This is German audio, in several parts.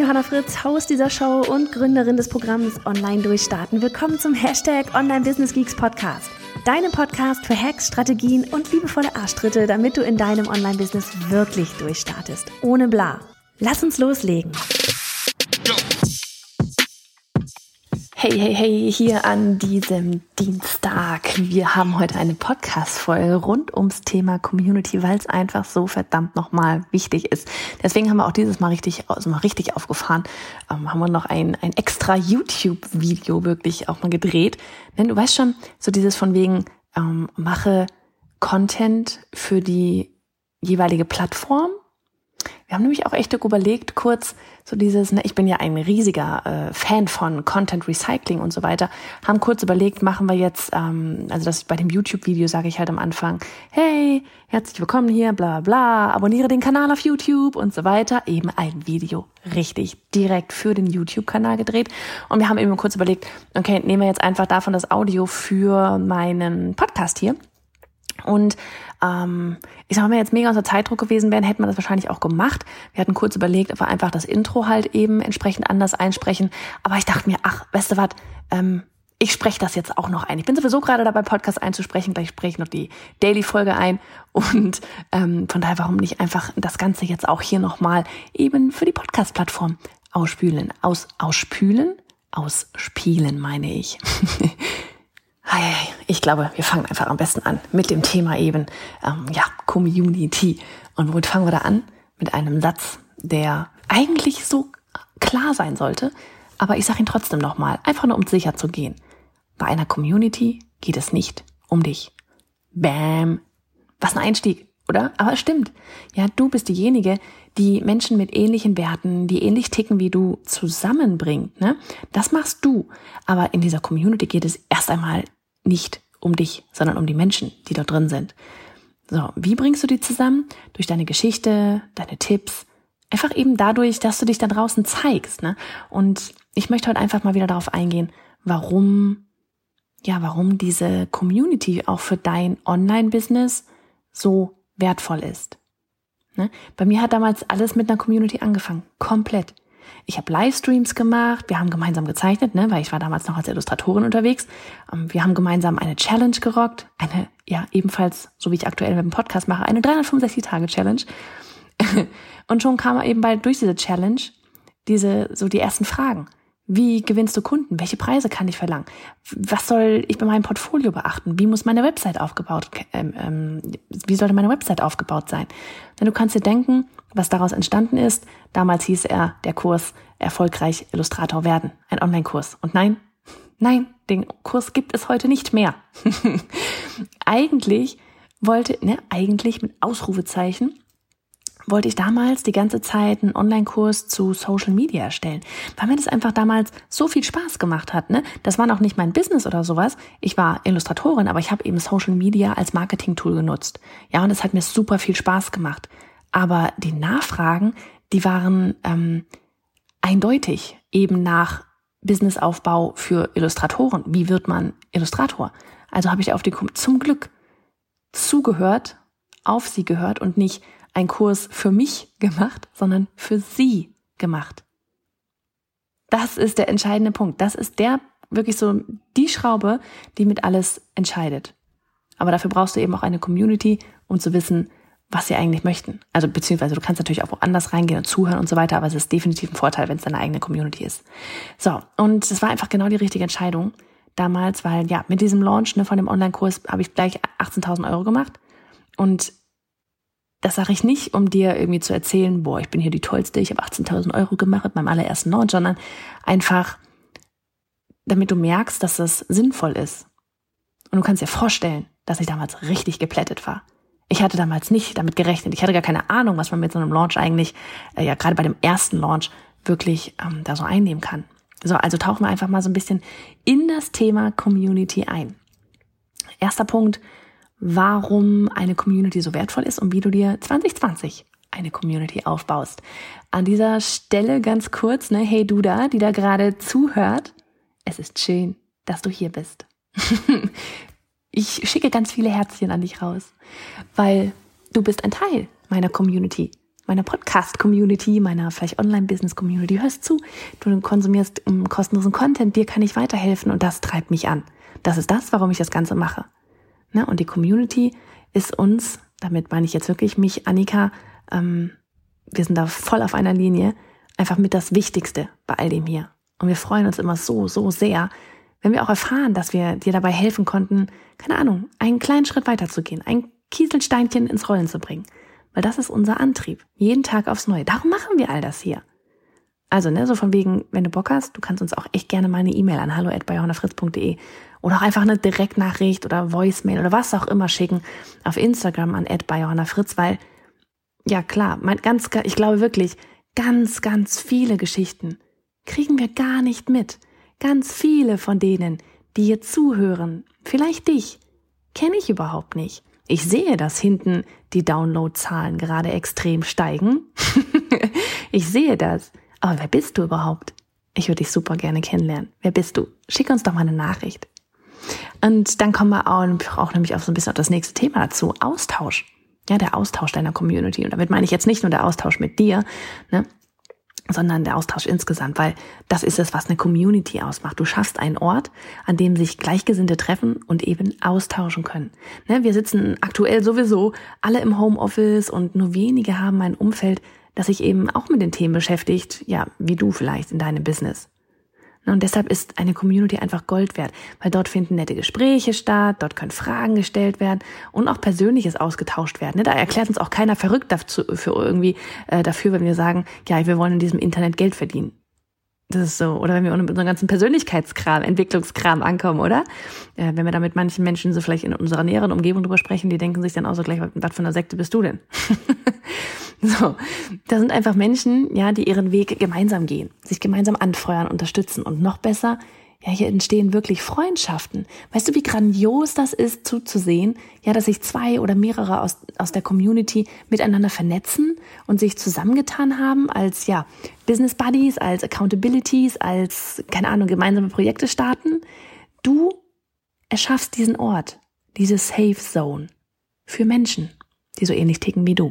Johanna Fritz, Host dieser Show und Gründerin des Programms Online Durchstarten. Willkommen zum Hashtag Online Business Geeks Podcast. Deinem Podcast für Hacks, Strategien und liebevolle Arschtritte, damit du in deinem Online-Business wirklich durchstartest. Ohne bla. Lass uns loslegen. Hey, hier an diesem Dienstag. Wir haben heute eine Podcast-Folge rund ums Thema Community, weil es einfach so verdammt nochmal wichtig ist. Deswegen haben wir auch dieses Mal richtig aufgefahren. Haben wir noch ein extra YouTube-Video wirklich auch mal gedreht. Denn du weißt schon, so dieses von wegen, mache Content für die jeweilige Plattform. Wir haben nämlich auch echt überlegt, kurz so dieses, ich bin ja ein riesiger Fan von Content Recycling und so weiter, haben kurz überlegt, machen wir jetzt, also das bei dem YouTube-Video sage ich halt am Anfang, hey, herzlich willkommen hier, bla bla, abonniere den Kanal auf YouTube und so weiter, eben ein Video richtig direkt für den YouTube-Kanal gedreht und wir haben eben kurz überlegt, okay, nehmen wir jetzt einfach davon das Audio für meinen Podcast hier. Und ich sag mal, wenn wir jetzt mega unter Zeitdruck gewesen wären, hätten wir das wahrscheinlich auch gemacht. Wir hatten kurz überlegt, ob wir einfach das Intro halt eben entsprechend anders einsprechen. Aber ich dachte mir, weißt du was, ich spreche das jetzt auch noch ein. Ich bin sowieso gerade dabei, Podcast einzusprechen. Gleich spreche ich noch die Daily-Folge ein. Und von daher, warum nicht einfach das Ganze jetzt auch hier nochmal eben für die Podcast-Plattform ausspielen, meine ich. Ich glaube, wir fangen einfach am besten an mit dem Thema eben, Community. Und womit fangen wir da an? Mit einem Satz, der eigentlich so klar sein sollte, aber ich sage ihn trotzdem nochmal, einfach nur um sicher zu gehen. Bei einer Community geht es nicht um dich. Bam! Was ein Einstieg, oder? Aber es stimmt. Ja, du bist diejenige, die Menschen mit ähnlichen Werten, die ähnlich ticken wie du, zusammenbringt. Ne? Das machst du. Aber in dieser Community geht es erst einmal nicht um dich, sondern um die Menschen, die dort drin sind. So, wie bringst du die zusammen? Durch deine Geschichte, deine Tipps, einfach eben dadurch, dass du dich da draußen zeigst. Ne? Und ich möchte heute einfach mal wieder darauf eingehen, warum diese Community auch für dein Online-Business so wertvoll ist. Ne? Bei mir hat damals alles mit einer Community angefangen, komplett. Ich habe Livestreams gemacht, wir haben gemeinsam gezeichnet, weil ich war damals noch als Illustratorin unterwegs. Wir haben gemeinsam eine Challenge gerockt, ebenfalls, so wie ich aktuell mit dem Podcast mache, eine 365-Tage-Challenge. Und schon kam eben bald durch diese Challenge die ersten Fragen. Wie gewinnst du Kunden? Welche Preise kann ich verlangen? Was soll ich bei meinem Portfolio beachten? Wie muss meine Website wie sollte meine Website aufgebaut sein? Denn du kannst dir denken, was daraus entstanden ist. Damals hieß der Kurs Erfolgreich Illustrator werden. Ein Online-Kurs. Und nein, den Kurs gibt es heute nicht mehr. Eigentlich mit Ausrufezeichen, wollte ich damals die ganze Zeit einen Online-Kurs zu Social Media erstellen, weil mir das einfach damals so viel Spaß gemacht hat. Ne? Das war noch nicht mein Business oder sowas. Ich war Illustratorin, aber ich habe eben Social Media als Marketing-Tool genutzt. Ja, und es hat mir super viel Spaß gemacht. Aber die Nachfragen, die waren eindeutig eben nach Businessaufbau für Illustratoren. Wie wird man Illustrator? Also habe ich zum Glück auf sie gehört und nicht ein Kurs für mich gemacht, sondern für sie gemacht. Das ist der entscheidende Punkt. Das ist wirklich so die Schraube, die mit alles entscheidet. Aber dafür brauchst du eben auch eine Community, um zu wissen, was sie eigentlich möchten. Also beziehungsweise du kannst natürlich auch woanders reingehen und zuhören und so weiter, aber es ist definitiv ein Vorteil, wenn es deine eigene Community ist. So, und es war einfach genau die richtige Entscheidung damals, weil mit diesem Launch von dem Online-Kurs habe ich gleich 18.000 Euro gemacht. Und das sage ich nicht, um dir irgendwie zu erzählen, ich bin hier die Tollste, ich habe 18.000 Euro gemacht mit meinem allerersten Launch, sondern einfach, damit du merkst, dass das sinnvoll ist. Und du kannst dir vorstellen, dass ich damals richtig geplättet war. Ich hatte damals nicht damit gerechnet. Ich hatte gar keine Ahnung, was man mit so einem Launch eigentlich, gerade bei dem ersten Launch, wirklich da so einnehmen kann. So, also tauchen wir einfach mal so ein bisschen in das Thema Community ein. Erster Punkt, warum eine Community so wertvoll ist und wie du dir 2020 eine Community aufbaust. An dieser Stelle ganz kurz, hey du da, die da gerade zuhört, es ist schön, dass du hier bist. Ich schicke ganz viele Herzchen an dich raus, weil du bist ein Teil meiner Community. meiner Podcast-Community, meiner vielleicht Online-Business-Community, hörst zu, du konsumierst kostenlosen Content, dir kann ich weiterhelfen und das treibt mich an. Das ist das, warum ich das Ganze mache. Ne? Und die Community ist uns, damit meine ich jetzt wirklich mich, Annika, wir sind da voll auf einer Linie, einfach mit das Wichtigste bei all dem hier. Und wir freuen uns immer so, so sehr, wenn wir auch erfahren, dass wir dir dabei helfen konnten, keine Ahnung, einen kleinen Schritt weiterzugehen, ein Kieselsteinchen ins Rollen zu bringen. Weil das ist unser Antrieb. Jeden Tag aufs Neue. Darum machen wir all das hier. Also, so von wegen, wenn du Bock hast, du kannst uns auch echt gerne mal eine E-Mail an hallo@byjohannafritz.de oder auch einfach eine Direktnachricht oder Voicemail oder was auch immer schicken auf Instagram an @byjohannafritz, weil, ja klar, ich glaube wirklich, ganz, ganz viele Geschichten kriegen wir gar nicht mit. Ganz viele von denen, die hier zuhören, vielleicht dich, kenne ich überhaupt nicht. Ich sehe, dass hinten die Downloadzahlen gerade extrem steigen. Ich sehe das. Aber wer bist du überhaupt? Ich würde dich super gerne kennenlernen. Wer bist du? Schick uns doch mal eine Nachricht. Und dann kommen wir auch nämlich auf so ein bisschen auf das nächste Thema dazu. Austausch. Ja, der Austausch deiner Community. Und damit meine ich jetzt nicht nur der Austausch mit dir, ne, sondern der Austausch insgesamt, weil das ist es, was eine Community ausmacht. Du schaffst einen Ort, an dem sich Gleichgesinnte treffen und eben austauschen können. Ne, wir sitzen aktuell sowieso alle im Homeoffice und nur wenige haben ein Umfeld, das sich eben auch mit den Themen beschäftigt, ja, wie du vielleicht in deinem Business. Und deshalb ist eine Community einfach Gold wert, weil dort finden nette Gespräche statt, dort können Fragen gestellt werden und auch Persönliches ausgetauscht werden. Da erklärt uns auch keiner verrückt dafür, wenn wir sagen, ja, wir wollen in diesem Internet Geld verdienen. Das ist so. Oder wenn wir mit unserem ganzen Persönlichkeitskram, Entwicklungskram ankommen, oder? Wenn wir da mit manchen Menschen so vielleicht in unserer näheren Umgebung drüber sprechen, die denken sich dann auch so gleich, was für eine Sekte bist du denn? So, da sind einfach Menschen, ja, die ihren Weg gemeinsam gehen, sich gemeinsam anfeuern, unterstützen und noch besser, ja, hier entstehen wirklich Freundschaften. Weißt du, wie grandios das ist, zuzusehen, ja, dass sich 2 oder mehrere aus der Community miteinander vernetzen und sich zusammengetan haben als, ja, Business Buddies, als Accountabilities, als, keine Ahnung, gemeinsame Projekte starten. Du erschaffst diesen Ort, diese Safe Zone für Menschen, die so ähnlich ticken wie du.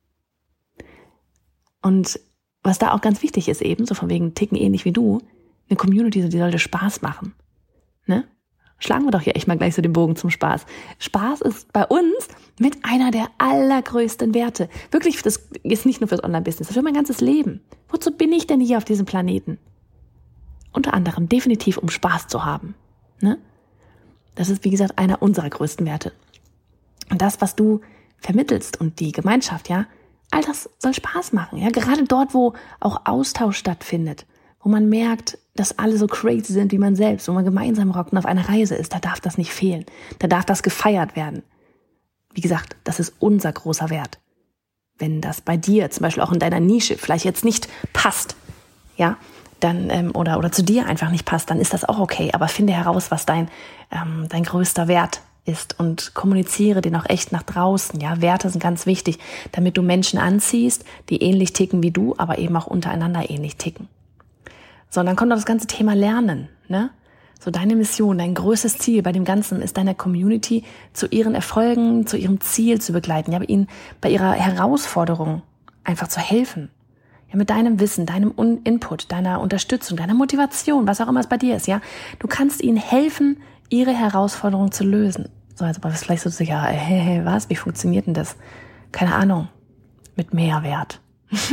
Und was da auch ganz wichtig ist eben, so von wegen ticken ähnlich wie du, eine Community, die sollte Spaß machen. Ne? Schlagen wir doch hier echt mal gleich so den Bogen zum Spaß. Spaß ist bei uns mit einer der allergrößten Werte. Wirklich, das ist nicht nur fürs Online-Business, das ist für mein ganzes Leben. Wozu bin ich denn hier auf diesem Planeten? Unter anderem definitiv, um Spaß zu haben. Ne? Das ist, wie gesagt, einer unserer größten Werte. Und das, was du vermittelst und die Gemeinschaft, ja, all das soll Spaß machen, ja, gerade dort, wo auch Austausch stattfindet, wo man merkt, dass alle so crazy sind wie man selbst, wo man gemeinsam rockt und auf einer Reise ist, da darf das nicht fehlen, da darf das gefeiert werden. Wie gesagt, das ist unser großer Wert. Wenn das bei dir, zum Beispiel auch in deiner Nische, vielleicht jetzt nicht passt, ja, dann oder zu dir einfach nicht passt, dann ist das auch okay, aber finde heraus, was dein größter Wert ist und kommuniziere den auch echt nach draußen. Ja, Werte sind ganz wichtig, damit du Menschen anziehst, die ähnlich ticken wie du, aber eben auch untereinander ähnlich ticken. So, und dann kommt noch das ganze Thema Lernen, ne? So deine Mission, dein größtes Ziel bei dem Ganzen ist, deiner Community zu ihren Erfolgen, zu ihrem Ziel zu begleiten, ja, ihnen bei ihrer Herausforderung einfach zu helfen. Ja, mit deinem Wissen, deinem Input, deiner Unterstützung, deiner Motivation, was auch immer es bei dir ist, ja. Du kannst ihnen helfen, ihre Herausforderung zu lösen. So, jetzt aber vielleicht so sicher, was? Wie funktioniert denn das? Keine Ahnung. Mit Mehrwert.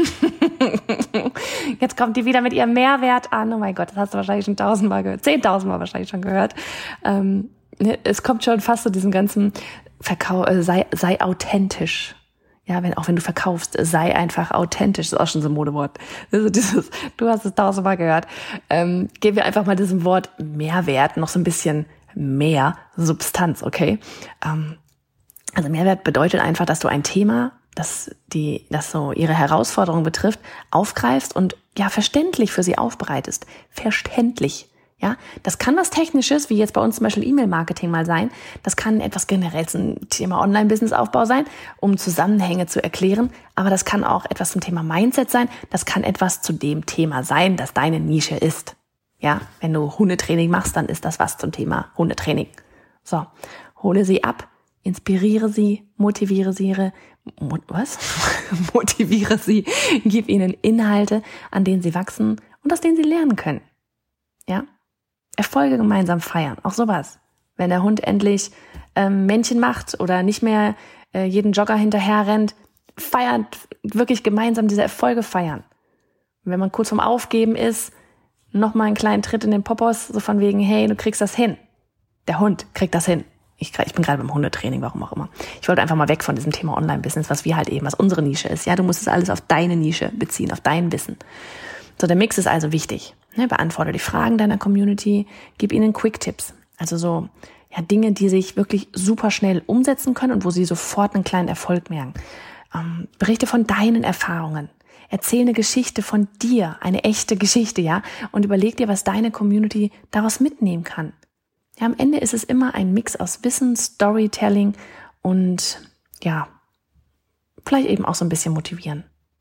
Jetzt kommt die wieder mit ihrem Mehrwert an. Oh mein Gott, das hast du wahrscheinlich schon 1000-mal gehört. 10.000-mal wahrscheinlich schon gehört. Es kommt schon fast zu diesem ganzen sei authentisch. Ja, wenn du verkaufst, sei einfach authentisch. Das ist auch schon so ein Modewort. Also du hast es 1000-mal gehört. Geben wir einfach mal diesem Wort Mehrwert noch so ein bisschen mehr Substanz, okay? Also Mehrwert bedeutet einfach, dass du ein Thema, das so ihre Herausforderung betrifft, aufgreifst und ja verständlich für sie aufbereitest. Verständlich. Ja, das kann was Technisches, wie jetzt bei uns zum Beispiel E-Mail-Marketing mal sein. Das kann etwas generell zum Thema Online-Business-Aufbau sein, um Zusammenhänge zu erklären. Aber das kann auch etwas zum Thema Mindset sein. Das kann etwas zu dem Thema sein, das deine Nische ist. Ja, wenn du Hundetraining machst, dann ist das was zum Thema Hundetraining. So, hole sie ab, inspiriere sie, motiviere sie, was? motiviere sie, gib ihnen Inhalte, an denen sie wachsen und aus denen sie lernen können. Ja? Erfolge gemeinsam feiern, auch sowas. Wenn der Hund endlich Männchen macht oder nicht mehr jeden Jogger hinterher rennt, feiert wirklich gemeinsam diese Erfolge feiern. Und wenn man kurz vorm Aufgeben ist, nochmal einen kleinen Tritt in den Popos, so von wegen, hey, du kriegst das hin. Der Hund kriegt das hin. Ich bin gerade beim Hundetraining, warum auch immer. Ich wollte einfach mal weg von diesem Thema Online-Business, was unsere Nische ist. Ja, du musst es alles auf deine Nische beziehen, auf dein Wissen. So, der Mix ist also wichtig. Beantworte die Fragen deiner Community, gib ihnen Quick-Tipps. Also so, ja, Dinge, die sich wirklich super schnell umsetzen können und wo sie sofort einen kleinen Erfolg merken. Berichte von deinen Erfahrungen. Erzähl eine Geschichte von dir, eine echte Geschichte, ja, und überleg dir, was deine Community daraus mitnehmen kann. Ja, am Ende ist es immer ein Mix aus Wissen, Storytelling und ja, vielleicht eben auch so ein bisschen motivieren.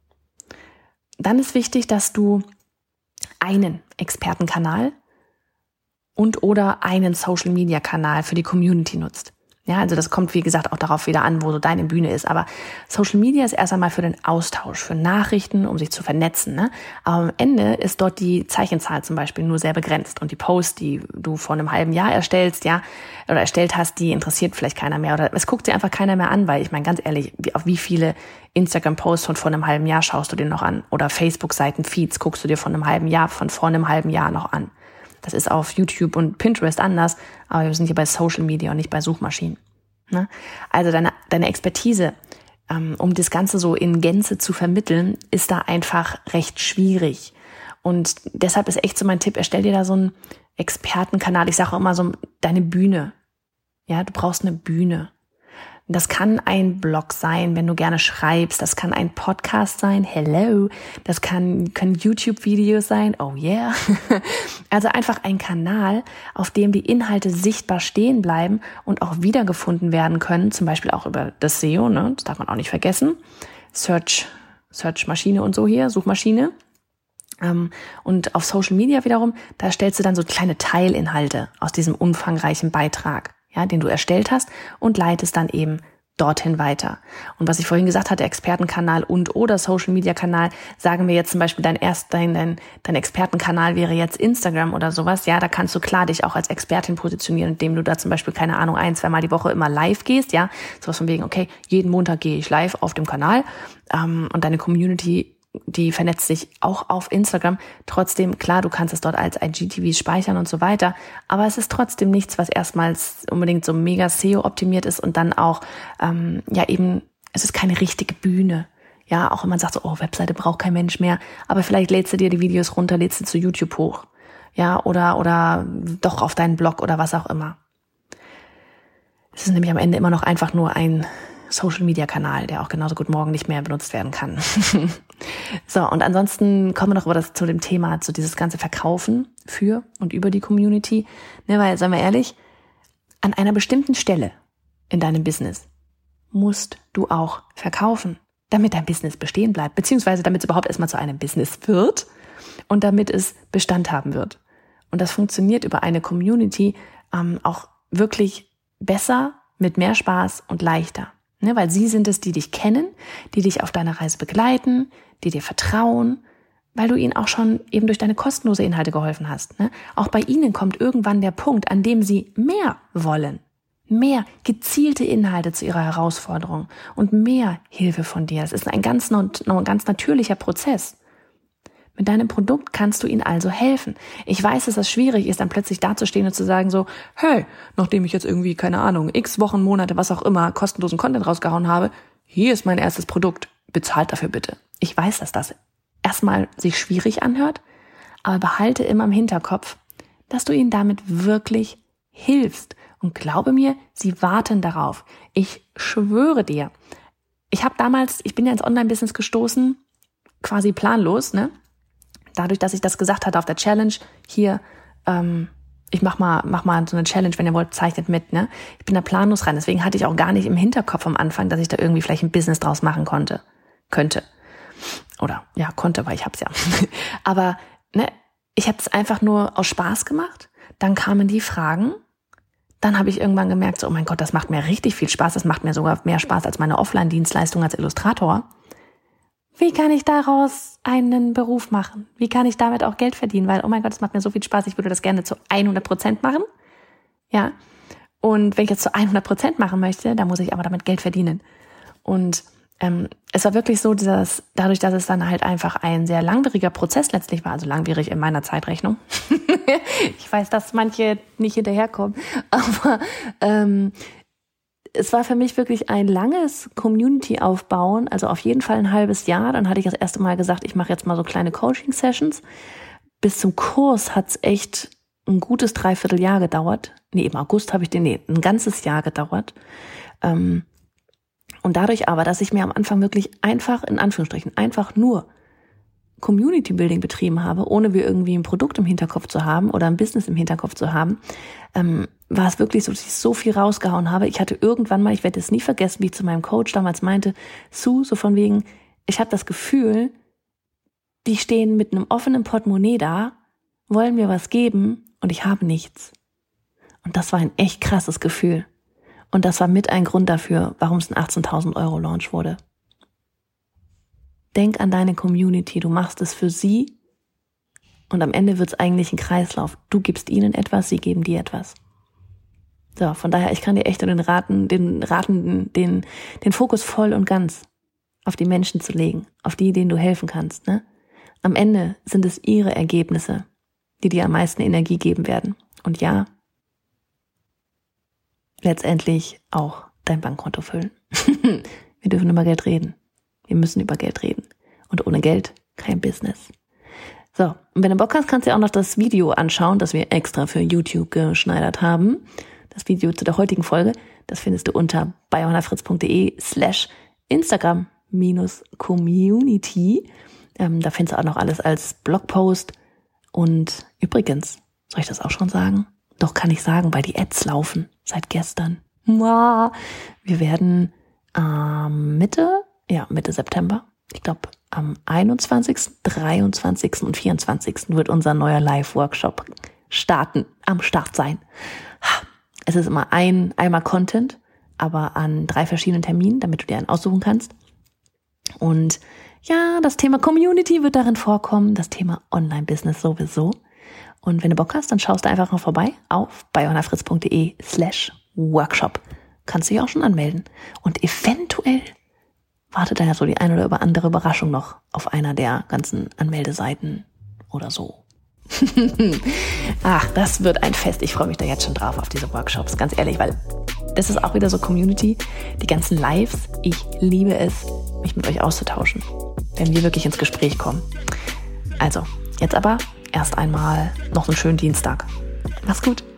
Dann ist wichtig, dass du einen Expertenkanal und oder einen Social-Media-Kanal für die Community nutzt. Ja, also das kommt, wie gesagt, auch darauf wieder an, wo so deine Bühne ist. Aber Social Media ist erst einmal für den Austausch, für Nachrichten, um sich zu vernetzen. Ne? Aber am Ende ist dort die Zeichenzahl zum Beispiel nur sehr begrenzt. Und die Posts, die du vor einem halben Jahr erstellt hast, die interessiert vielleicht keiner mehr. Oder es guckt dir einfach keiner mehr an, weil ich meine, ganz ehrlich, auf wie viele Instagram-Posts von vor einem halben Jahr schaust du dir noch an? Oder Facebook-Seiten-Feeds guckst du dir von vor einem halben Jahr noch an? Das ist auf YouTube und Pinterest anders, aber wir sind hier bei Social Media und nicht bei Suchmaschinen. Ne? Also deine Expertise, um das Ganze so in Gänze zu vermitteln, ist da einfach recht schwierig. Und deshalb ist echt so mein Tipp, erstell dir da so einen Expertenkanal. Ich sage auch immer so, deine Bühne. Ja, du brauchst eine Bühne. Das kann ein Blog sein, wenn du gerne schreibst. Das kann ein Podcast sein. Hello. Das können YouTube-Videos sein. Oh yeah. Also einfach ein Kanal, auf dem die Inhalte sichtbar stehen bleiben und auch wiedergefunden werden können. Zum Beispiel auch über das SEO, ne? Das darf man auch nicht vergessen. Search-Maschine und so hier, Suchmaschine. Und auf Social Media wiederum, da stellst du dann so kleine Teilinhalte aus diesem umfangreichen Beitrag, ja, den du erstellt hast und leitest dann eben dorthin weiter. Und was ich vorhin gesagt hatte, Expertenkanal und oder Social Media Kanal, sagen wir jetzt zum Beispiel dein Expertenkanal wäre jetzt Instagram oder sowas, ja, da kannst du klar dich auch als Expertin positionieren, indem du da zum Beispiel, keine Ahnung, 1-2 Mal die Woche immer live gehst, ja, sowas von wegen, okay, jeden Montag gehe ich live auf dem Kanal, und deine Community, die vernetzt sich auch auf Instagram. Trotzdem, klar, du kannst es dort als IGTV speichern und so weiter, aber es ist trotzdem nichts, was erstmals unbedingt so mega SEO-optimiert ist und dann auch, es ist keine richtige Bühne. Ja, auch wenn man sagt so, oh, Webseite braucht kein Mensch mehr, aber vielleicht lädst du dir die Videos runter, lädst du zu YouTube hoch. Ja, oder doch auf deinen Blog oder was auch immer. Es ist nämlich am Ende immer noch einfach nur ein Social-Media-Kanal, der auch genauso gut morgen nicht mehr benutzt werden kann. So, und ansonsten kommen wir noch zu dem Thema, zu dieses ganze Verkaufen für und über die Community. Ne, weil, seien wir ehrlich, an einer bestimmten Stelle in deinem Business musst du auch verkaufen, damit dein Business bestehen bleibt, beziehungsweise damit es überhaupt erstmal zu einem Business wird und damit es Bestand haben wird. Und das funktioniert über eine Community auch wirklich besser, mit mehr Spaß und leichter. Ne, weil sie sind es, die dich kennen, die dich auf deiner Reise begleiten, die dir vertrauen, weil du ihnen auch schon eben durch deine kostenlose Inhalte geholfen hast. Ne? Auch bei ihnen kommt irgendwann der Punkt, an dem sie mehr wollen. Mehr gezielte Inhalte zu ihrer Herausforderung und mehr Hilfe von dir. Es ist ein ganz natürlicher Prozess. Mit deinem Produkt kannst du ihnen also helfen. Ich weiß, dass das schwierig ist, dann plötzlich dazustehen und zu sagen so, hey, nachdem ich jetzt irgendwie, keine Ahnung, x Wochen, Monate, was auch immer, kostenlosen Content rausgehauen habe, hier ist mein erstes Produkt, bezahlt dafür bitte. Ich weiß, dass das erstmal sich schwierig anhört, aber behalte immer im Hinterkopf, dass du ihnen damit wirklich hilfst. Und glaube mir, sie warten darauf. Ich schwöre dir. Ich bin ja ins Online-Business gestoßen, quasi planlos, ne? Dadurch, dass ich das gesagt hatte auf der Challenge, hier, ich mach mal so eine Challenge, wenn ihr wollt, zeichnet mit, ne? Ich bin da planlos rein, deswegen hatte ich auch gar nicht im Hinterkopf am Anfang, dass ich da irgendwie vielleicht ein Business draus machen könnte. Oder, ja, konnte, weil ich hab's ja. Aber, ne, ich habe es einfach nur aus Spaß gemacht, dann kamen die Fragen, dann habe ich irgendwann gemerkt, so, oh mein Gott, das macht mir richtig viel Spaß, das macht mir sogar mehr Spaß als meine Offline-Dienstleistung als Illustrator. wie kann ich daraus einen Beruf machen? Wie kann ich damit auch Geld verdienen? Weil, oh mein Gott, es macht mir so viel Spaß, ich würde das gerne zu 100% machen. Ja. Und wenn ich jetzt zu 100% machen möchte, dann muss ich aber damit Geld verdienen. Und es war wirklich so, dadurch, dass es dann halt einfach ein sehr langwieriger Prozess letztlich war, also langwierig in meiner Zeitrechnung. Ich weiß, dass manche nicht hinterherkommen, aber es war für mich wirklich ein langes Community-Aufbauen, also auf jeden Fall ein halbes Jahr. Dann hatte ich das erste Mal gesagt, ich mache jetzt mal so kleine Coaching-Sessions. Bis zum Kurs hat es echt ein gutes Dreivierteljahr gedauert. Nee, im August ein ganzes Jahr gedauert. Und dadurch aber, dass ich mir am Anfang wirklich einfach, in Anführungsstrichen, einfach nur Community Building betrieben habe, ohne wir irgendwie ein Produkt im Hinterkopf zu haben oder ein Business im Hinterkopf zu haben, war es wirklich so, dass ich so viel rausgehauen habe. Ich hatte irgendwann mal, ich werde es nie vergessen, wie ich zu meinem Coach damals meinte, Sue, so von wegen, ich habe das Gefühl, die stehen mit einem offenen Portemonnaie da, wollen mir was geben und ich habe nichts. Und das war ein echt krasses Gefühl. Und das war mit ein Grund dafür, warum es ein 18.000 € Launch wurde. Denk an deine Community, du machst es für sie und am Ende wird es eigentlich ein Kreislauf. Du gibst ihnen etwas, sie geben dir etwas. So, von daher, ich kann dir echt den Fokus voll und ganz auf die Menschen zu legen, auf die, denen du helfen kannst. Ne? Am Ende sind es ihre Ergebnisse, die dir am meisten Energie geben werden. Und ja, letztendlich auch dein Bankkonto füllen. Wir dürfen über Geld reden. Wir müssen über Geld reden. Und ohne Geld kein Business. So, und wenn du Bock hast, kannst du dir auch noch das Video anschauen, das wir extra für YouTube geschneidert haben. Das Video zu der heutigen Folge, das findest du unter biohannafritz.de/Instagram-Community. Da findest du auch noch alles als Blogpost. Und übrigens, soll ich das auch schon sagen? Doch, kann ich sagen, weil die Ads laufen seit gestern. Wir werden Mitte September, ich glaube am 21., 23. und 24. wird unser neuer Live-Workshop am Start sein. Es ist immer einmal Content, aber an 3 verschiedenen Terminen, damit du dir einen aussuchen kannst. Und ja, das Thema Community wird darin vorkommen, das Thema Online-Business sowieso. Und wenn du Bock hast, dann schaust du einfach mal vorbei auf biohannafritz.de/Workshop. Kannst du dich auch schon anmelden. Und eventuell wartet da ja so die eine oder andere Überraschung noch auf einer der ganzen Anmeldeseiten oder so. Ach, das wird ein Fest. Ich freue mich da jetzt schon drauf auf diese Workshops, ganz ehrlich, weil das ist auch wieder so Community. Die ganzen Lives, ich liebe es, mich mit euch auszutauschen, wenn wir wirklich ins Gespräch kommen. Also, jetzt aber erst einmal noch einen schönen Dienstag. Mach's gut.